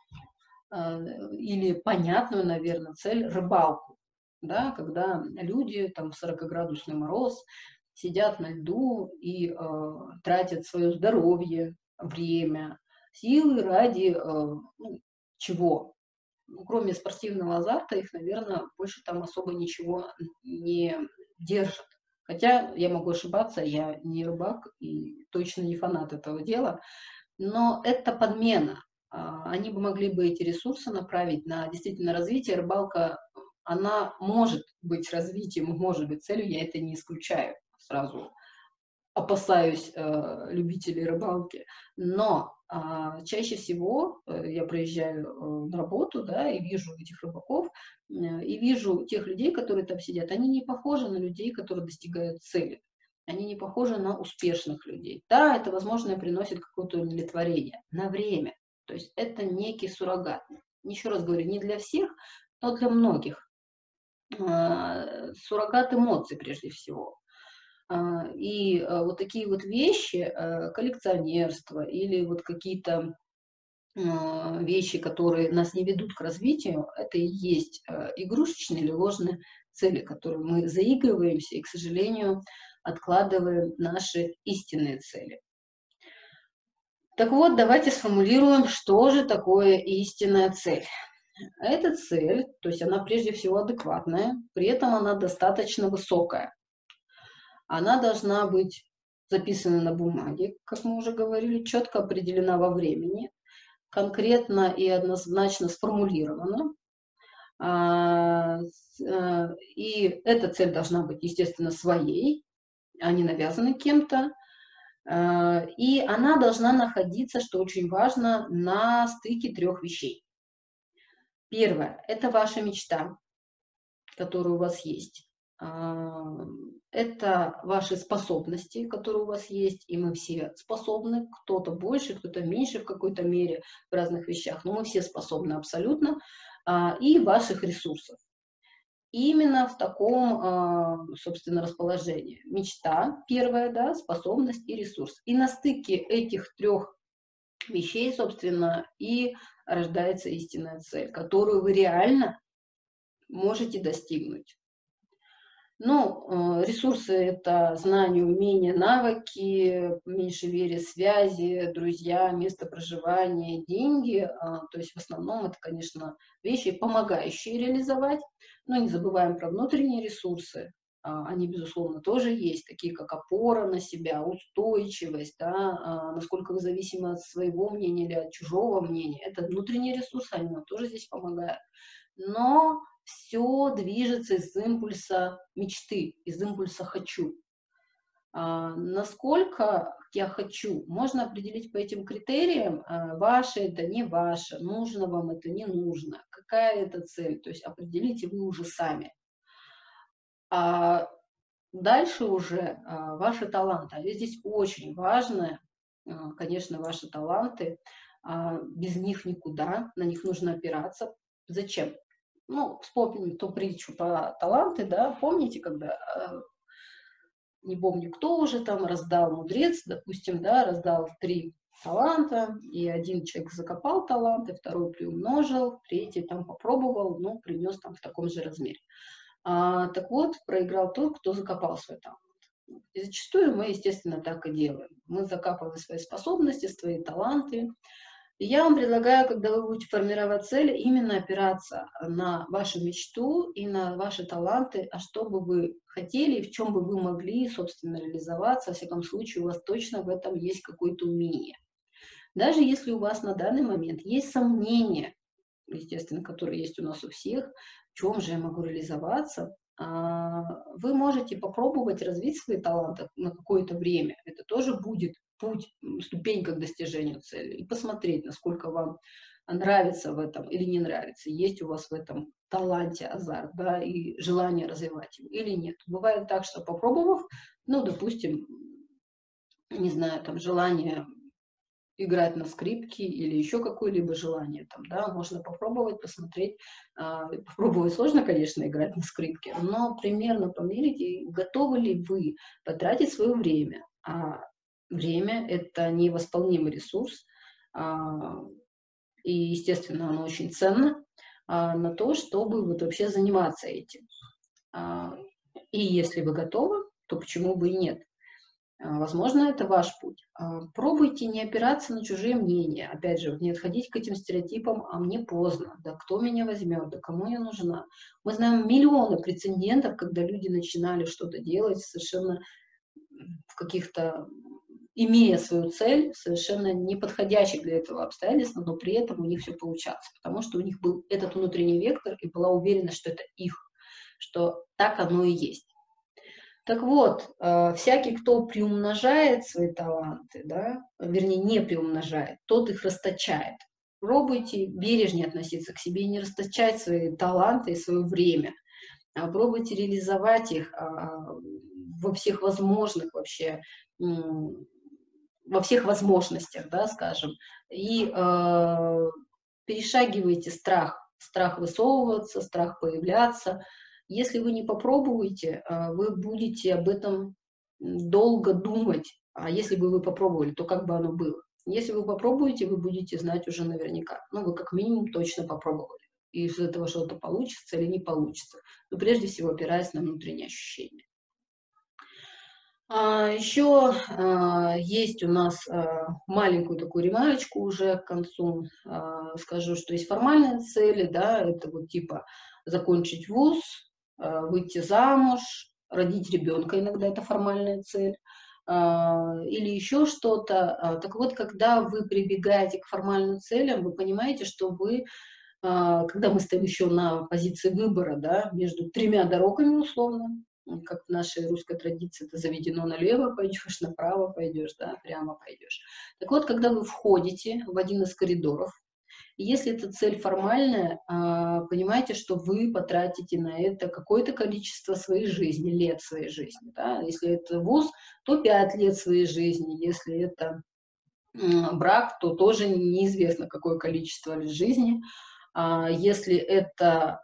или понятную, наверное, цель – рыбалку. Да, когда люди, там, в сорокаградусный мороз, сидят на льду и э, тратят свое здоровье, время, силы ради э, ну, чего? Ну, кроме спортивного азарта, их, наверное, больше там особо ничего не держит. Хотя я могу ошибаться, я не рыбак и точно не фанат этого дела, но это подмена. Они бы могли бы эти ресурсы направить на действительно развитие. Рыбалка, она может быть развитием, может быть целью, я это не исключаю сразу. Опасаюсь э, любителей рыбалки, но э, чаще всего э, я приезжаю э, на работу, да, и вижу этих рыбаков, э, и вижу тех людей, которые там сидят, они не похожи на людей, которые достигают цели, они не похожи на успешных людей. Да, это, возможно, приносит какое-то удовлетворение на время, то есть это некий суррогат. Еще раз говорю, не для всех, но для многих. Э, суррогат эмоций прежде всего. И вот такие вот вещи, коллекционерство или вот какие-то вещи, которые нас не ведут к развитию, это и есть игрушечные или ложные цели, которые мы заигрываемся и, к сожалению, откладываем наши истинные цели. Так вот, давайте сформулируем, что же такое истинная цель. Эта цель, то есть она прежде всего адекватная, при этом она достаточно высокая. Она должна быть записана на бумаге, как мы уже говорили, четко определена во времени, конкретно и однозначно сформулирована. И эта цель должна быть, естественно, своей, а не навязана кем-то. И она должна находиться, что очень важно, на стыке трех вещей. Первое – это ваша мечта, которая у вас есть. Это ваши способности, которые у вас есть, и мы все способны, кто-то больше, кто-то меньше в какой-то мере в разных вещах, но мы все способны абсолютно, и ваших ресурсов. Именно в таком, собственно, расположении. Мечта первая, да, способность и ресурс. И на стыке этих трех вещей, собственно, и рождается истинная цель, которую вы реально можете достигнуть. Ну, ресурсы – это знания, умения, навыки, в меньшей мере связи, друзья, место проживания, деньги. То есть в основном это, конечно, вещи, помогающие реализовать. Но не забываем про внутренние ресурсы. Они, безусловно, тоже есть, такие как опора на себя, устойчивость, да, насколько вы зависимы от своего мнения или от чужого мнения. Это внутренние ресурсы, они нам тоже здесь помогают. Но все движется из импульса мечты, из импульса «хочу». А, насколько я хочу, можно определить по этим критериям, а, ваше это, не ваше, нужно вам это, не нужно, какая это цель, то есть определите вы уже сами. А дальше уже а, ваши таланты, а здесь очень важно, а, конечно, ваши таланты, а, без них никуда, на них нужно опираться. Зачем? Ну, вспомним ту притчу про таланты, да, помните, когда, э, не помню, кто уже там раздал, мудрец, допустим, да, раздал три таланта, и один человек закопал таланты, второй приумножил, третий там попробовал, ну, принес там в таком же размере. А, так вот, проиграл тот, кто закопал свой талант. И зачастую мы, естественно, так и делаем. Мы закапываем свои способности, свои таланты. И я вам предлагаю, когда вы будете формировать цели, именно опираться на вашу мечту и на ваши таланты, а что бы вы хотели, в чем бы вы могли, собственно, реализоваться. Во всяком случае, у вас точно в этом есть какое-то умение. Даже если у вас на данный момент есть сомнения, естественно, которые есть у нас у всех, в чем же я могу реализоваться, вы можете попробовать развить свои таланты на какое-то время. Это тоже будет путь, ступенька к достижению цели. И посмотреть, насколько вам нравится в этом или не нравится. Есть у вас в этом таланте азарт, да, и желание развивать его или нет. Бывает так, что попробовав, ну, допустим, не знаю, там, желание играть на скрипке или еще какое-либо желание, там, да, можно попробовать, посмотреть. А, попробовать сложно, конечно, играть на скрипке, но примерно померите, готовы ли вы потратить свое время. А время – это невосполнимый ресурс, а, и, естественно, оно очень ценно а, на то, чтобы вот вообще заниматься этим. А, и если вы готовы, то почему бы и нет? Возможно, это ваш путь. Пробуйте не опираться на чужие мнения. Опять же, не отходить к этим стереотипам, а мне поздно, да кто меня возьмет, да кому я нужна. Мы знаем миллионы прецедентов, когда люди начинали что-то делать совершенно в каких-то, имея свою цель, совершенно не подходящих для этого обстоятельств, но при этом у них все получалось, потому что у них был этот внутренний вектор и была уверенность, что это их, что так оно и есть. Так вот, всякий, кто приумножает свои таланты, да, вернее, не приумножает, тот их расточает. Пробуйте бережнее относиться к себе и не расточать свои таланты и свое время. А пробуйте реализовать их во всех возможных вообще, во всех возможностях, да, скажем. И э, перешагивайте страх, страх высовываться, страх появляться. Если вы не попробуете, вы будете об этом долго думать. А если бы вы попробовали, то как бы оно было? Если вы попробуете, вы будете знать уже наверняка. Ну, вы как минимум точно попробовали. И из этого что-то получится или не получится. Но прежде всего опираясь на внутренние ощущения. А, еще а, есть у нас а, маленькую такую ремарочку уже к концу. А, скажу, что есть формальные цели, да, это вот типа закончить вуз, выйти замуж, родить ребенка, иногда это формальная цель, или еще что-то. Так вот, когда вы прибегаете к формальным целям, вы понимаете, что вы, когда мы стоим еще на позиции выбора, да, между тремя дорогами условно, как в нашей русской традиции, это заведено: налево пойдешь, направо пойдешь, да, прямо пойдешь. Так вот, когда вы входите в один из коридоров, Если эта цель формальная, понимаете, что вы потратите на это какое-то количество своей жизни, лет своей жизни. Да? Если это вуз, то пять лет своей жизни. Если это брак, то тоже неизвестно, какое количество лет жизни. Если это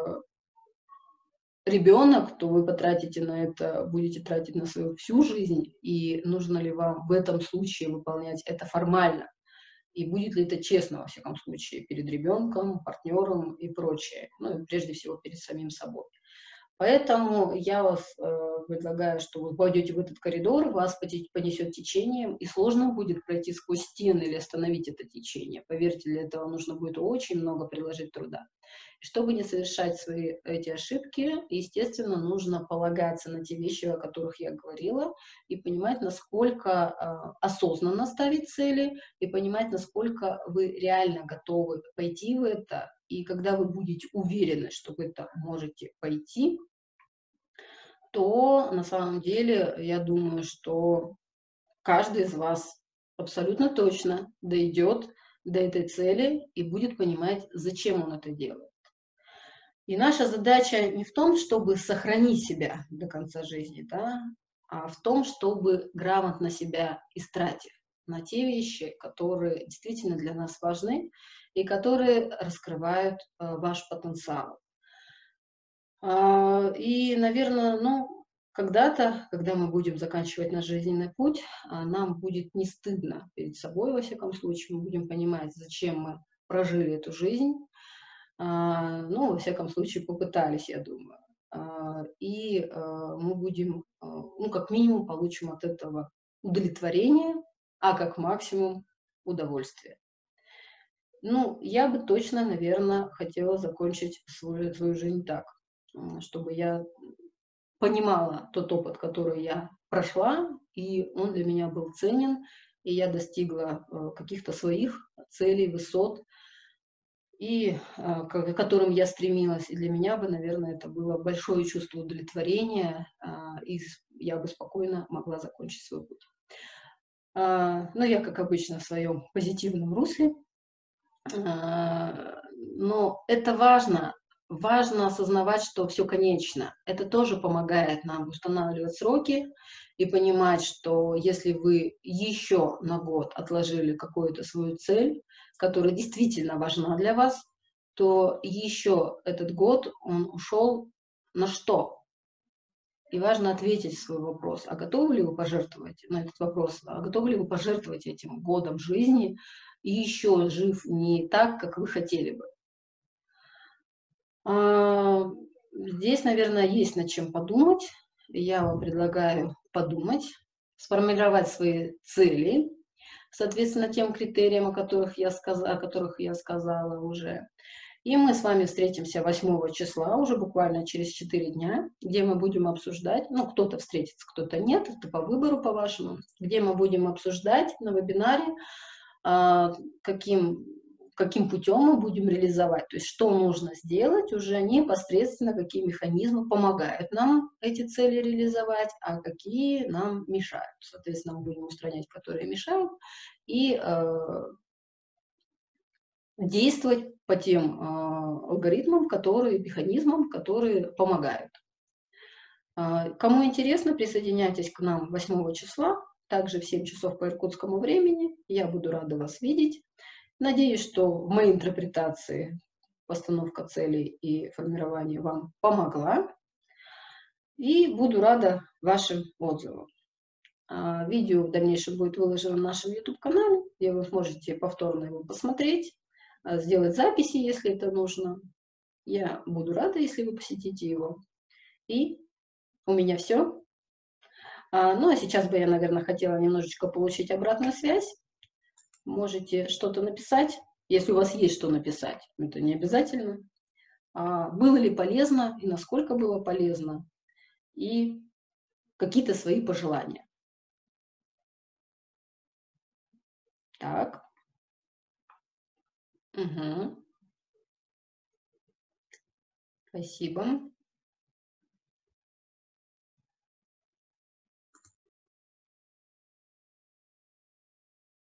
ребенок, то вы потратите на это, будете тратить на свою всю жизнь, и нужно ли вам в этом случае выполнять это формально, и будет ли это честно, во всяком случае, перед ребенком, партнером и прочее, ну и прежде всего перед самим собой. Поэтому я вас э, предлагаю, что вы пойдете в этот коридор, вас понесет течением, и сложно будет пройти сквозь стены или остановить это течение. Поверьте, для этого нужно будет очень много приложить труда. Чтобы не совершать свои эти ошибки, естественно, нужно полагаться на те вещи, о которых я говорила, и понимать, насколько э, осознанно ставить цели, и понимать, насколько вы реально готовы пойти в это. И когда вы будете уверены, что вы это можете пойти, то на самом деле я думаю, что каждый из вас абсолютно точно дойдет до этой цели и будет понимать, зачем он это делает. И наша задача не в том, чтобы сохранить себя до конца жизни, да, а в том, чтобы грамотно себя истратить на те вещи, которые действительно для нас важны и которые раскрывают э, ваш потенциал. А, и, наверное, ну, когда-то, когда мы будем заканчивать наш жизненный путь, а, нам будет не стыдно перед собой, во всяком случае, мы будем понимать, зачем мы прожили эту жизнь. А, ну, во всяком случае, попытались, я думаю. А, и а, мы будем, а, ну, как минимум, получим от этого удовлетворение, а как максимум удовольствие. Ну, я бы точно, наверное, хотела закончить свою, свою жизнь так, чтобы я понимала тот опыт, который я прошла, и он для меня был ценен, и я достигла э, каких-то своих целей, высот, и а, к которым я стремилась. И для меня бы, наверное, это было большое чувство удовлетворения, а, и я бы спокойно могла закончить свой путь. А, но я, как обычно, в своем позитивном русле. А, но это важно. Важно осознавать, что все конечно. Это тоже помогает нам устанавливать сроки и понимать, что если вы еще на год отложили какую-то свою цель, которая действительно важна для вас, то еще этот год он ушел на что? И важно ответить свой вопрос, а готовы ли вы пожертвовать на этот вопрос, а готовы ли вы пожертвовать этим годом жизни и еще жив не так, как вы хотели бы. А, здесь, наверное, есть над чем подумать. Я вам предлагаю подумать, сформировать свои цели, соответственно, тем критериям, о которых я сказала, о которых я сказала уже. И мы с вами встретимся восьмого числа, уже буквально через четыре дня, где мы будем обсуждать, ну, кто-то встретится, кто-то нет, это по выбору, по-вашему, где мы будем обсуждать на вебинаре, каким, каким путем мы будем реализовать, то есть что нужно сделать уже непосредственно, какие механизмы помогают нам эти цели реализовать, а какие нам мешают. Соответственно, мы будем устранять, которые мешают, и э, действовать по тем э, алгоритмам, которые, механизмам, которые помогают. Э, кому интересно, присоединяйтесь к нам восьмого числа, также в семь часов по иркутскому времени. Я буду рада вас видеть. Надеюсь, что в моей интерпретации постановка целей и формирование вам помогла. И буду рада вашим отзывам. А, видео в дальнейшем будет выложено на нашем YouTube-канале, где вы сможете повторно его посмотреть, сделать записи, если это нужно. Я буду рада, если вы посетите его. И у меня все. А, ну, а сейчас бы я, наверное, хотела немножечко получить обратную связь. Можете что-то написать, если у вас есть что написать. Это не обязательно. А, было ли полезно и насколько было полезно. И какие-то свои пожелания. Так. Угу. Спасибо.